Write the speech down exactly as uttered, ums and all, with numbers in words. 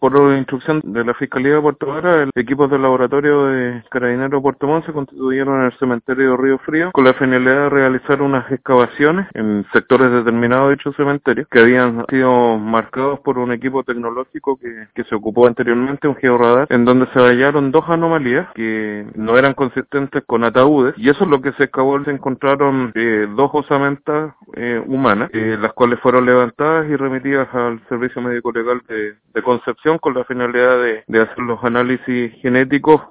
Por instrucción de la Fiscalía de Puerto Vara, el equipo del laboratorio de Carabineros de Puerto Montt se constituyeron en el cementerio de Río Frío con la finalidad de realizar unas excavaciones en sectores determinados de dicho cementerio que habían sido marcados por un equipo tecnológico que, que se ocupó anteriormente, un georradar, en donde se hallaron dos anomalías que no eran consistentes con ataúdes, y eso es lo que se excavó. Se encontraron eh, dos osamentas eh, humanas, eh, las cuales fueron levantadas y remitidas al Servicio Médico Legal de, de Concepción con la finalidad de, de hacer los análisis genéticos